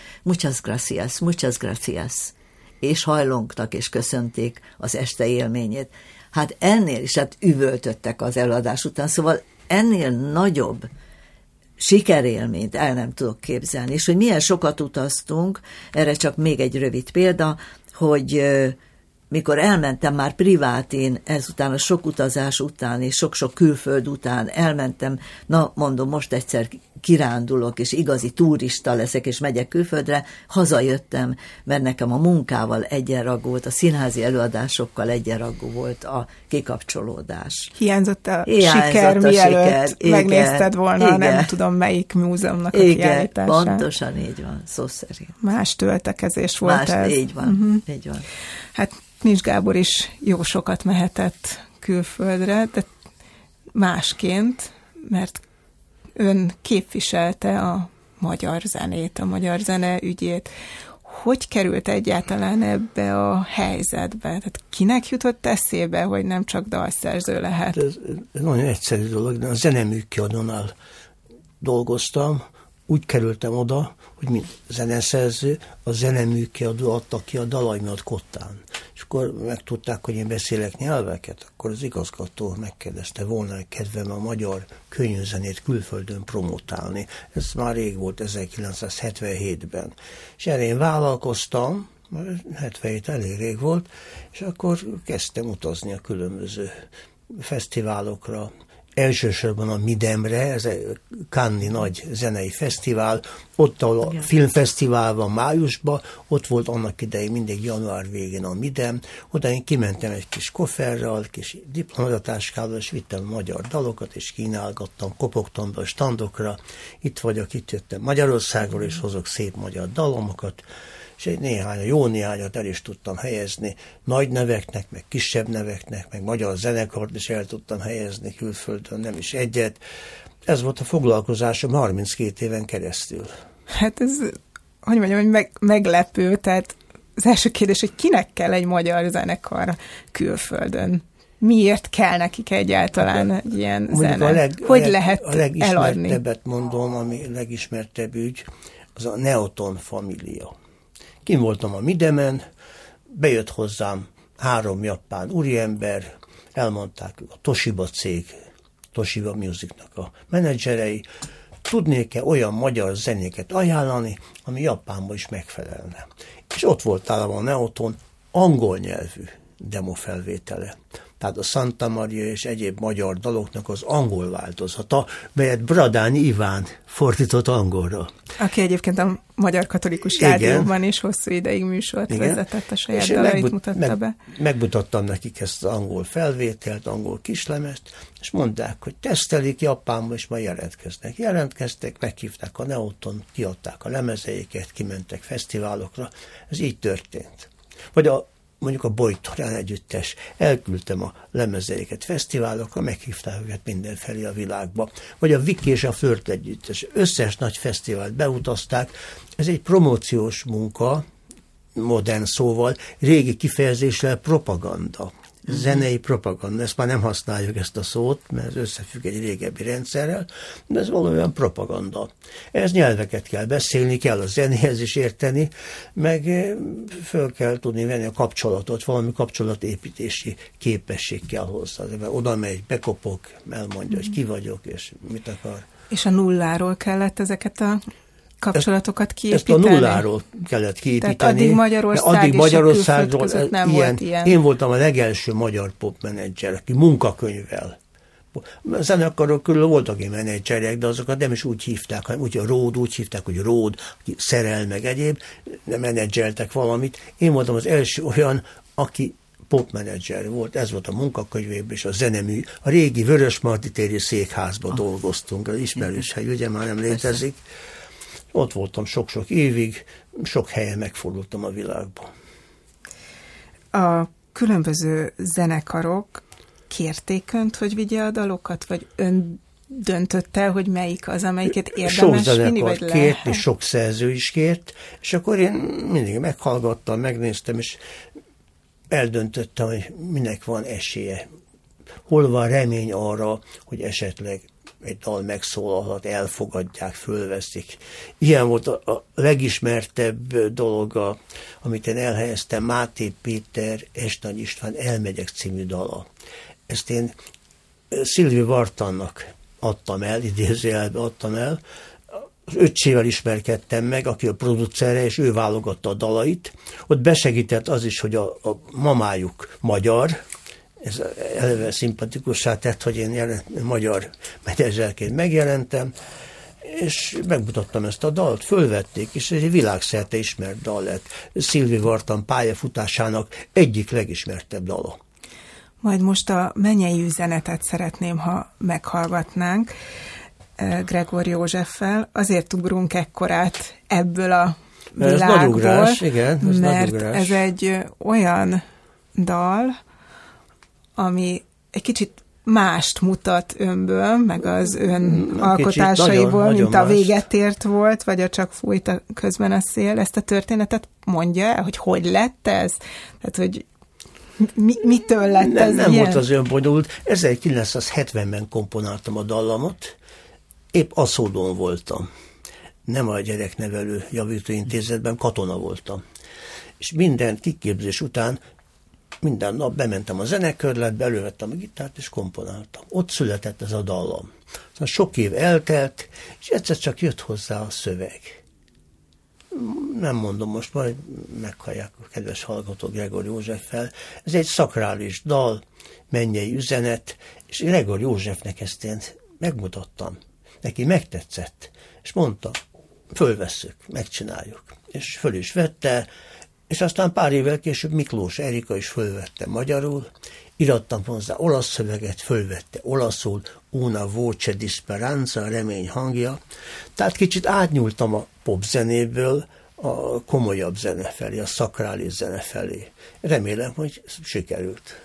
muchas gracias, és hajlongtak, és köszönték az este élményét. Hát ennél is, hát üvöltöttek az előadás után, szóval ennél nagyobb sikerélményt el nem tudok képzelni. És hogy milyen sokat utaztunk, erre csak még egy rövid példa, hogy mikor elmentem már privátén, ezután a sok utazás után, és sok-sok külföld után elmentem, na mondom, most egyszer kirándulok, és igazi turista leszek, és megyek külföldre, hazajöttem, mert nekem a munkával egyenrangú volt, a színházi előadásokkal egyenrangú volt a kikapcsolódás. Hiányzott a siker, mielőtt megnézted volna, igen. Nem tudom melyik múzeumnak a kiállítását. Pontosan így van, szó szerint. Más töltekezés volt ez. Így van, így van. Hát Knis Gábor is jó sokat mehetett külföldre, de másként, mert ön képviselte a magyar zenét, a magyar zene ügyét. Hogy került egyáltalán ebbe a helyzetbe? Tehát kinek jutott eszébe, hogy nem csak dalszerző lehet? Ez nagyon egyszerű dolog, de a zeneműkiadónál dolgoztam, úgy kerültem oda, hogy mint zeneszerző, a zeneműkiadó adta ki a dalaimat Kottán. És akkor megtudták, hogy én beszélek nyelveket, akkor az igazgató megkérdezte, volna kedvem a magyar könnyűzenét külföldön promotálni. Ez már rég volt, 1977-ben. És erre én vállalkoztam, 77 elég rég volt, és akkor kezdtem utazni a különböző fesztiválokra, elsősorban a Midemre, ez a Cannes-i nagy zenei fesztivál, ott, ahol a filmfesztivál van májusban, ott volt annak idején mindig január végén a Midem, oda én kimentem egy kis kofferral, kis diplomatatáskával, és vittem magyar dalokat, és kínálgattam, kopogtam be a standokra, itt vagyok, itt jöttem Magyarországról, és hozok szép magyar dalomokat, és egy jó néhányat el is tudtam helyezni, nagy neveknek, meg kisebb neveknek, meg magyar zenekart is el tudtam helyezni külföldön, nem is egyet. Ez volt a foglalkozásom 32 éven keresztül. Hát ez, hogy mondjam, hogy meglepő, tehát az első kérdés, hogy kinek kell egy magyar zenekar külföldön? Miért kell nekik egyáltalán egy ilyen zene? Hogy lehet eladni? A legismertebbet mondom, ami legismertebb ügy, az a Neoton família. Kim voltam a Midemen, bejött hozzám 3 japán úriember, elmondták a Toshiba cég, Toshiba Musicnak a menedzserei, tudnék-e olyan magyar zenéket ajánlani, ami Japánban is megfelelne. És ott volt általában a Neoton angol nyelvű demofelvétele. Tehát a Santa Maria és egyéb magyar daloknak az angol változata, melyet Bradányi Iván fordított angolra. Aki egyébként a Magyar Katolikus Rádióban is hosszú ideig műsort vezetett, a saját dalait mutatta be. Megmutattam nekik ezt az angol felvételt, angol kislemezt, és mondták, hogy tesztelik Japánba, és majd jelentkeznek. Jelentkeztek, meghívták a Neoton, kiadták a lemezeiket, kimentek fesztiválokra. Ez így történt. Vagy mondjuk a Bojtorán együttes, elküldtem a lemezeiket fesztiválokra, meghívták őket mindenfelé a világba. Vagy a Viki és a Flört együttes, összes nagy fesztivált beutazták. Ez egy promóciós munka, modern szóval, régi kifejezéssel propaganda. Zenei propaganda. Ezt már nem használjuk, ezt a szót, mert ez összefügg egy régebbi rendszerrel, de ez valójában propaganda. Ez nyelveket kell beszélni, kell a zenéhez is érteni, meg föl kell tudni venni a kapcsolatot, valami kapcsolatépítési képesség kell hozzá. Mert oda megy, bekopog, elmondja, hogy ki vagyok, és mit akar. És a nulláról kellett ezeket a kapcsolatokat kiépíteni? Ezt a nulláról kellett kiépíteni. Tehát addig Magyarországról nem volt ilyen. Én voltam a legelső magyar popmenedzser, aki munkakönyvvel. A zenekarok körül voltak én menedzserek, de azokat nem is úgy hívták, hanem úgy, úgy hívták, hogy Ród, aki szerel meg egyéb, nem menedzseltek valamit. Én voltam az első olyan, aki popmenedzser volt, ez volt a munkakönyvében, és a zenemű. A régi Vörösmarty téri székházban dolgoztunk, az ismerős hely, ugye már nem létezik. Ott voltam sok-sok évig, sok helyen megfordultam a világban. A különböző zenekarok kérték önt, hogy vigye a dalokat, vagy ön döntött el, hogy melyik az, amelyiket érdemes vinni, vagy lehet? Kért, és sok szerző is kért, és akkor én mindig meghallgattam, megnéztem, és eldöntöttem, hogy minek van esélye. Hol van remény arra, hogy esetleg egy dal megszólalhat, elfogadják, fölveszik. Ilyen volt a legismertebb dolog, amit én elhelyeztem, Máté Péter, Estany István Elmegyek című dala. Ezt én Sylvie Vartannak adtam el, idézőjelben adtam el. Az öccsével ismerkedtem meg, aki a producere, és ő válogatta a dalait. Ott besegített az is, hogy a mamájuk magyar, ez eleve szimpatikussá tett, hogy én magyar menedzserként megjelentem, és megmutattam ezt a dalt, fölvették, és ez egy világszerte ismert dal lett. Sylvie Vartan pályafutásának egyik legismertebb dala. Majd most a mennyei üzenetet szeretném, ha meghallgatnánk Gregor Józseffel. Azért ugrunk ekkorát ebből a világból, ez nagy ugrás, igen, mert ez egy olyan dal, ami egy kicsit mást mutat önből, meg az ön alkotásaiból, nagyon, mint nagyon a Véget ért volt, vagy a Csak fújt közben a szél. Ezt a történetet mondja el, hogy lett ez? Tehát, hogy mitől lett ez nem ilyen? volt az olyan bonyolult. 1970-ben komponáltam a dallamot, épp Aszódon voltam. Nem a gyereknevelő javítóintézetben, katona voltam. És minden kiképzés után minden nap bementem a zenekörletbe, elővettem a gitárt, és komponáltam. Ott született ez a dallam. Szóval sok év eltelt, és egyszer csak jött hozzá a szöveg. Nem mondom most, majd meghallják a kedves hallgatók Gregor Józseffel. Ez egy szakrális dal, mennyei üzenet, és Gregor Józseffnek ezt én megmutattam. Neki megtetszett, és mondta, fölvesszük, megcsináljuk. És föl is vette, és aztán pár évvel később Miklós Erika is fölvette magyarul, irattam hozzá olasz szöveget, fölvette olaszul, Una voce di speranza, a remény hangja. Tehát kicsit átnyúltam a popzenéből a komolyabb zene felé, a szakrális zene felé. Remélem, hogy sikerült.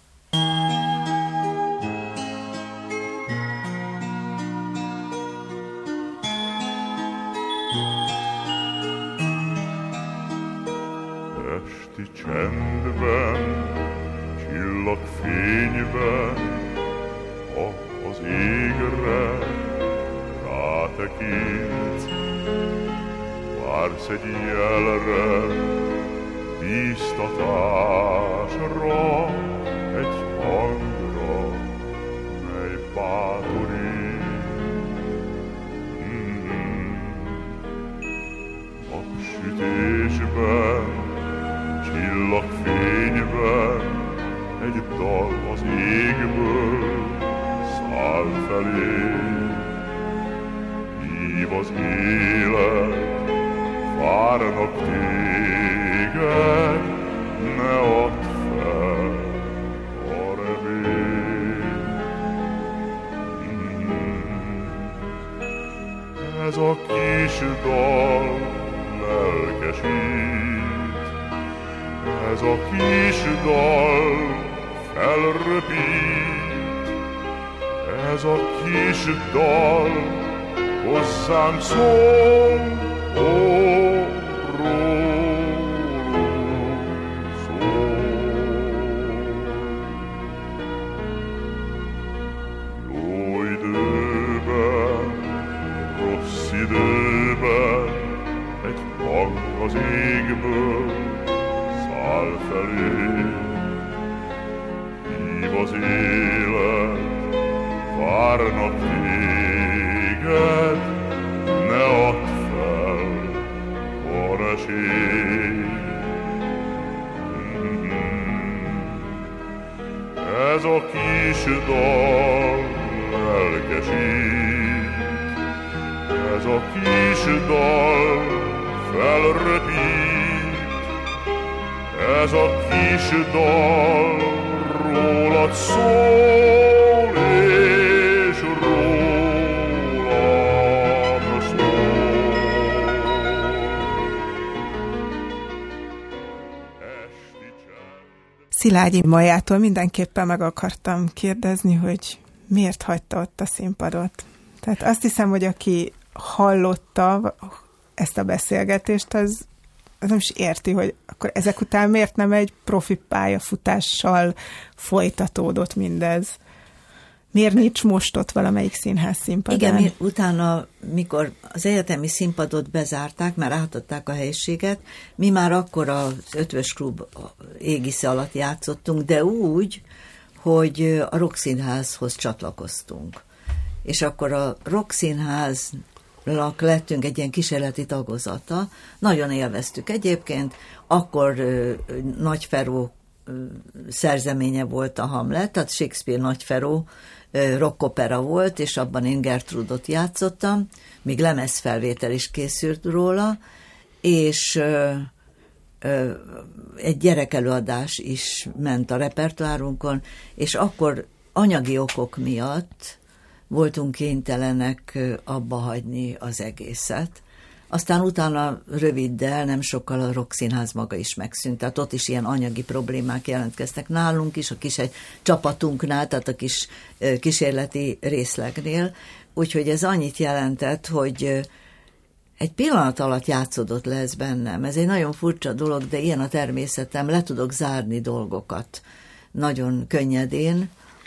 Esti csendben, csillagfényben, ha az égre rátekintsz, vársz egy jelre, bíztatásra, egy hangra, mely bátorít. Napsütésben, csillagfényben, egy dal az égből száll felé. Hív az élet, várnak téged, ne add fel a reményt. Ez a kis dal lelkesít, ez a kis dal felröpít, ez a kis dal hozzám szól, ó, rólunk. az égből száll felé. Hív az élet, várnak téged, ne add fel, van esély. Ez a kis dal lelkesít, ez a kis dal felröpít, ez a kis dal rólad szól, és rólad szól. Esti csend. Szilágyi Majától mindenképpen meg akartam kérdezni, hogy miért hagyta ott a színpadot. Tehát azt hiszem, hogy aki hallotta ezt a beszélgetést, az nem is érti, hogy akkor ezek után miért nem egy profi pályafutással folytatódott mindez. Miért nincs most ott valamelyik színház színpadán? Igen, utána, mikor az egyetemi színpadot bezárták, már átadták a helyiséget, mi már akkor az Ötvös Klub égisze alatt játszottunk, de úgy, hogy a Rockszínházhoz csatlakoztunk. És akkor a Rockszínháznak lettünk egy ilyen kísérleti tagozata. Nagyon élveztük egyébként. Akkor Nagy Feró szerzeménye volt a Hamlet, tehát Shakespeare Nagy Feró rockopera volt, és abban én Gertrudot játszottam, még lemezfelvétel is készült róla, és egy gyerekelőadás is ment a repertoárunkon, és akkor anyagi okok miatt voltunk kénytelenek abba hagyni az egészet. Aztán utána röviddel, nem sokkal a Rockszínház maga is megszűnt, tehát ott is ilyen anyagi problémák jelentkeztek nálunk is, a kis egy csapatunknál, tehát a kis kísérleti részlegnél, úgyhogy ez annyit jelentett, hogy egy pillanat alatt játszódott le ez bennem. Ez egy nagyon furcsa dolog, de ilyen a természetem, le tudok zárni dolgokat nagyon könnyedén,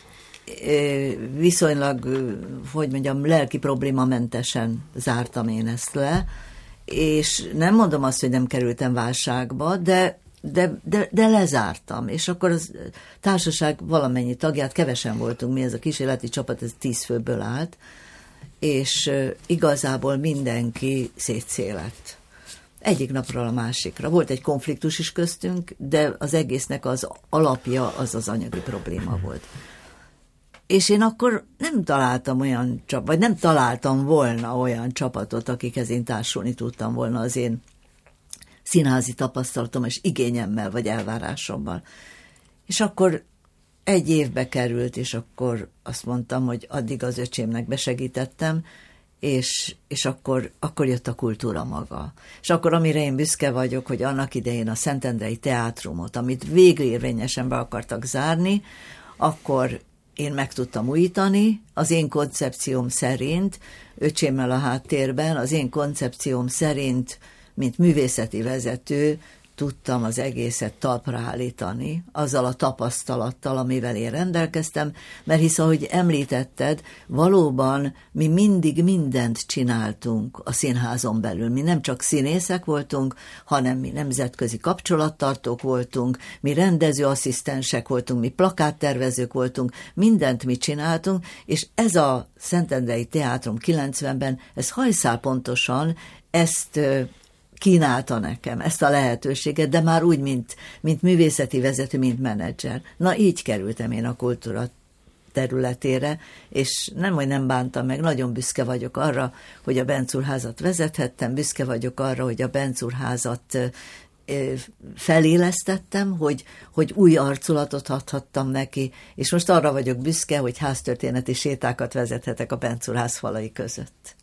viszonylag, hogy mondjam, lelki problémamentesen zártam én ezt le, és nem mondom azt, hogy nem kerültem válságba, de lezártam, és akkor a társaság valamennyi tagját, kevesen voltunk mi, ez a kísérleti csapat, ez 10 főből állt, és igazából mindenki szétszélett. Egyik napról a másikra. Volt egy konfliktus is köztünk, de az egésznek az alapja az az anyagi probléma volt. És én akkor nem találtam olyan csapat, vagy nem találtam volna olyan csapatot, akikhez én társulni tudtam volna az én színházi tapasztalatom és igényemmel, vagy elvárásommal. És akkor egy évbe került, és akkor azt mondtam, hogy addig az öcsémnek besegítettem, és akkor jött a kultúra maga. És akkor, amire én büszke vagyok, hogy annak idején a Szentendrei Teátrumot, amit végérvényesen be akartak zárni, akkor én meg tudtam újítani, az én koncepcióm szerint, öcsémmel a háttérben, az én koncepcióm szerint, mint művészeti vezető, tudtam az egészet talpra állítani, azzal a tapasztalattal, amivel én rendelkeztem, mert hisz, ahogy említetted, valóban mi mindig mindent csináltunk a színházon belül. Mi nem csak színészek voltunk, hanem mi nemzetközi kapcsolattartók voltunk, mi rendezőasszisztensek voltunk, mi plakáttervezők voltunk, mindent mi csináltunk, és ez a Szentendrei Teátrum 90-ben, ez hajszál pontosan ezt kínálta nekem ezt a lehetőséget, de már úgy, mint művészeti vezető, mint menedzser. Na, így kerültem én a kultúra területére, és nem bántam meg, nagyon büszke vagyok arra, hogy a Bencúrházat vezethettem, büszke vagyok arra, hogy a Bencúrházat felélesztettem, hogy új arculatot adhattam neki, és most arra vagyok büszke, hogy háztörténeti sétákat vezethetek a Bencúrház falai között.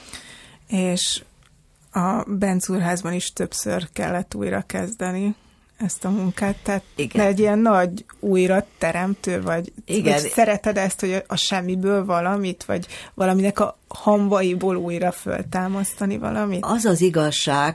És a Bencúrházban is többször kellett újra kezdeni ezt a munkát, tehát egy ilyen nagy újra teremtő, vagy szereted ezt, hogy a semmiből valamit, vagy valaminek a hamvaiból újra föltámasztani valamit? Az az igazság,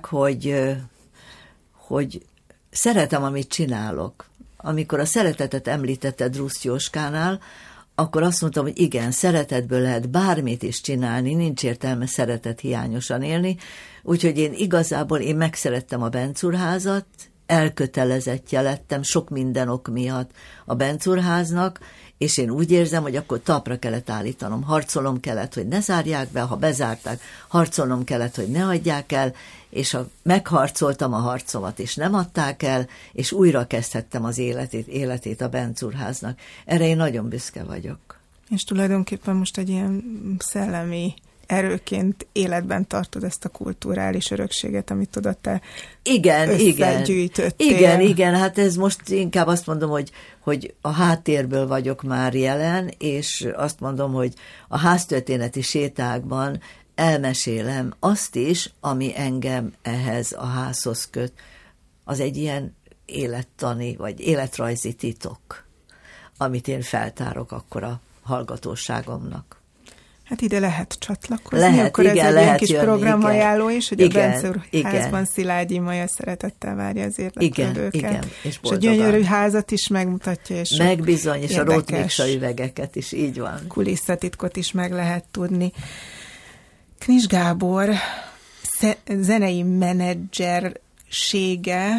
hogy szeretem, amit csinálok. Amikor a szeretetet említetted Ruszt Jóskánál, akkor azt mondtam, hogy igen, szeretetből lehet bármit is csinálni, nincs értelme szeretethiányosan élni, úgyhogy én megszerettem a Bencúrházat, elkötelezettje lettem sok minden ok miatt a Bencúrháznak, és én úgy érzem, hogy akkor talpra kellett állítanom, harcolnom kellett, hogy ne zárják be, ha bezárták, harcolnom kellett, hogy ne adják el, és megharcoltam a harcomat, és nem adták el, és újra kezdhettem az életét a Bencúrháznak. Erre én nagyon büszke vagyok. És tulajdonképpen most egy ilyen szellemi erőként életben tartod ezt a kulturális örökséget, amit tudod te összegyűjtöttél. Igen, hát ez most inkább azt mondom, hogy a háttérből vagyok már jelen, és azt mondom, hogy a háztörténeti sétákban elmesélem azt is, ami engem ehhez a házhoz köt. Az egy ilyen élettani, vagy életrajzi titok, amit én feltárok akkor a hallgatóságomnak. Hát ide lehet csatlakozni, akkor igen, ez egy ilyen kis programajánló is, hogy igen, a Bencúrházban Szilágyi Maja szeretettel várja az érdeklődőket. Igen, és a gyönyörű házat is megmutatja, és megbizony, és a Rótmiksa üvegeket is, így van. Kulisszatitkot is meg lehet tudni. Knis Gábor zenei menedzsersége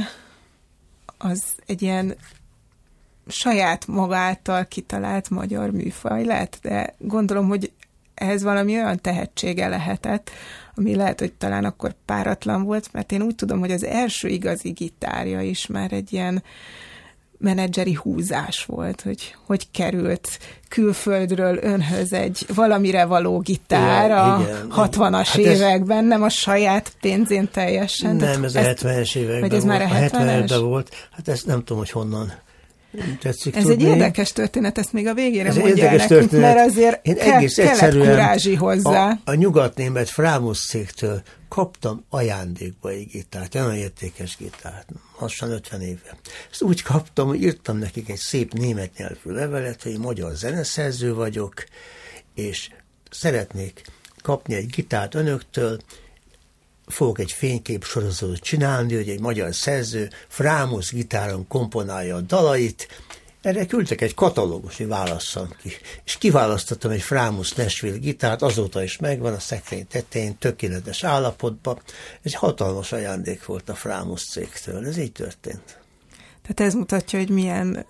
az egy ilyen saját magától kitalált magyar műfaj lett, de gondolom, hogy ehhez valami olyan tehetsége lehetett, ami lehet, hogy talán akkor páratlan volt, mert én úgy tudom, hogy az első igazi gitárja is már egy ilyen menedzseri húzás volt, hogy került külföldről önhöz egy valamire való gitár a 60-as években, nem a saját pénzén teljesen. Nem, ez a 70-es években vagy ez volt. Már a 70-es volt. Hát ezt nem tudom, hogy honnan tetszik ez tudni. Egy érdekes történet, ezt még a végére mondja el nekünk, mert azért kellett kurázsi hozzá. A nyugatnémet Frámusz cégtől kaptam ajándékba egy gitárt, olyan értékes gitárt, lassan 50 éve. Ezt úgy kaptam, hogy írtam nekik egy szép német nyelvű levelet, hogy magyar zeneszerző vagyok, és szeretnék kapni egy gitárt önöktől, fogok egy fénykép sorozatot csinálni, hogy egy magyar szerző Frámusz gitáron komponálja a dalait. Erre küldtek egy katalógus, hogy válasszam ki. És kiválasztottam egy Frámusz Nashville gitárt, azóta is megvan a szekrény tetején, tökéletes állapotban. Ez egy hatalmas ajándék volt a Frámusz cégtől. Ez így történt. Tehát ez mutatja, hogy milyen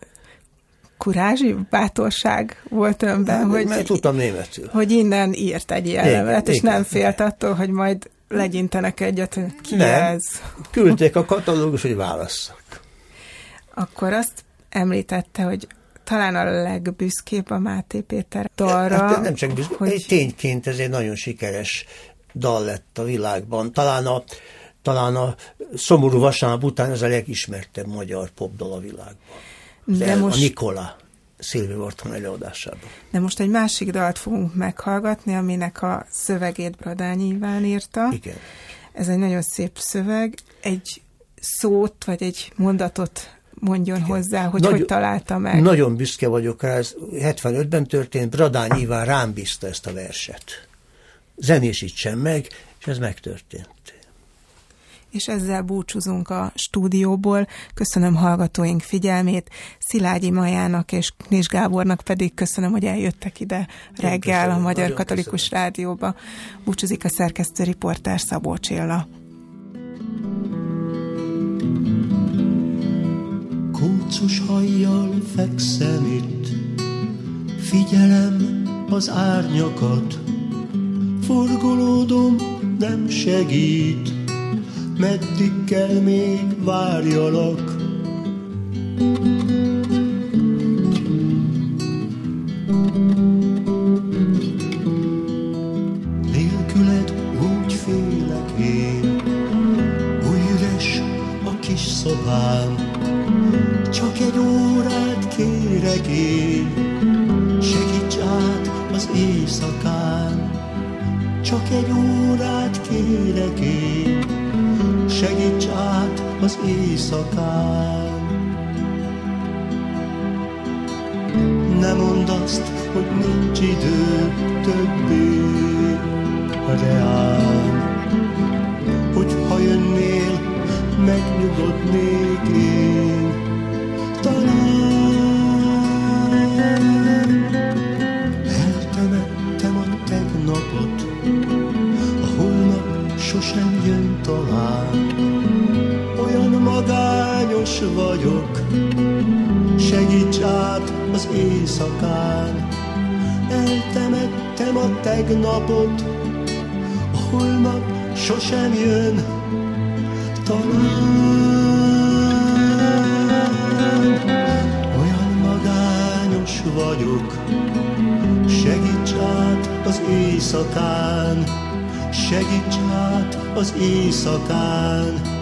kurázsi bátorság volt önben, mert tudtam németül. Hogy innen írt egy ilyen levelet, és nem félt attól, hogy majd legyintenek egyet, hogy ki nem. Ez. Küldték a katalógus, hogy válasszak. Akkor azt említette, hogy talán a legbüszkébb a Máté Péter dalra. Hát nem csak büszkébb, hogy... tényként ez egy nagyon sikeres dal lett a világban. Talán a Szomorú vasárnap után ez a legismertebb magyar popdal a világban. A Nikola Szilvi Orton előadásában. De most egy másik dalt fogunk meghallgatni, aminek a szövegét Bradányi Iván írta. Igen. Ez egy nagyon szép szöveg. Egy szót, vagy egy mondatot mondjon hozzá, hogy találta meg. Nagyon büszke vagyok rá, ez 75-ben történt, Bradányi Iván rám bízta ezt a verset. Zenésítsen meg, és ez megtörtént. És ezzel búcsúzunk a stúdióból. Köszönöm hallgatóink figyelmét, Szilágyi Majának és Knis Gábornak pedig köszönöm, hogy eljöttek ide reggel a Magyar Katolikus Rádióba. Búcsúzik a szerkesztő riporter Szabó Csilla. Kócos hajjal fekszem itt, figyelem az árnyakat, forgolódom, nem segít, meddig kell még várjalak. Nélküled úgy félek én, új üres a kis szobám, csak egy órát kérek én, segíts át az éjszakán. Csak egy órát kérek én, segíts át az éjszakán. Ne mondd azt, hogy nincs idő többé reál, hogy ha jönnél, megnyugodnék én. Talán talán. Olyan magányos vagyok, segíts át az éjszakán. Eltemettem a tegnapot, a holnap sosem jön, talán. Olyan magányos vagyok, segíts át az éjszakán, segíts át az éjszakán.